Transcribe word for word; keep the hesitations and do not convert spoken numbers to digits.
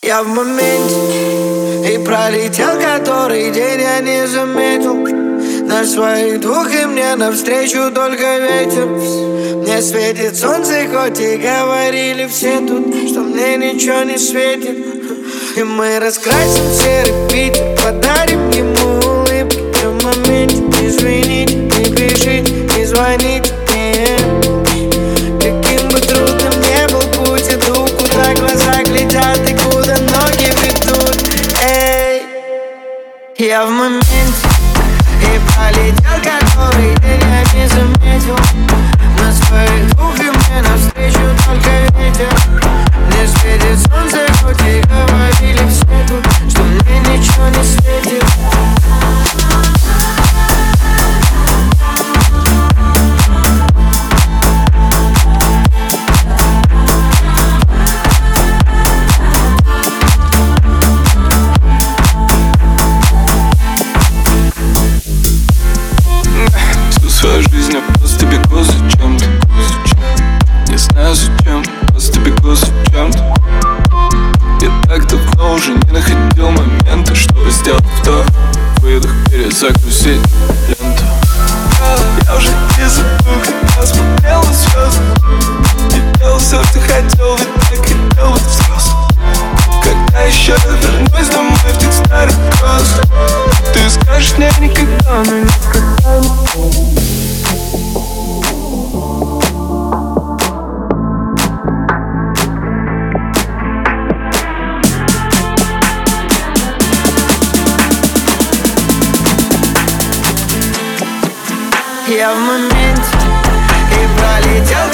Я в моменте, и пролетел который день, я не заметил. На своих двух и мне навстречу только ветер. Мне светит солнце, хоть и говорили все тут, что мне ничего не светит. И мы раскрасим серый Питер, подарим ему улыбки. Я в моменте, извините, не пишите, не звоните мне. Каким бы трудным не был путь, иду, куда глаза глядят и куда ноги ведут. Эй, я в моменте, и пролетел который день, я не заметил. На своих двух и мне навстречу только ветер. Мне светит солнце, хоть и говорили все тут, что мне ничего не светит. Свою жизнь я просто бегу за чем-то. Не знаю зачем, просто бегу за чем-то. Я так давно уже не находил момента, чтобы сделать вдох, выдох, перезагрузить ленту. Я уже не забыл, когда смотрел на звезды. И делал все, что хотел, ведь так хотел быть взрослым. Когда еще я вернусь домой в тех старых кросс, ты скажешь мне никогда, но никогда не. Я в моменте, и пролетел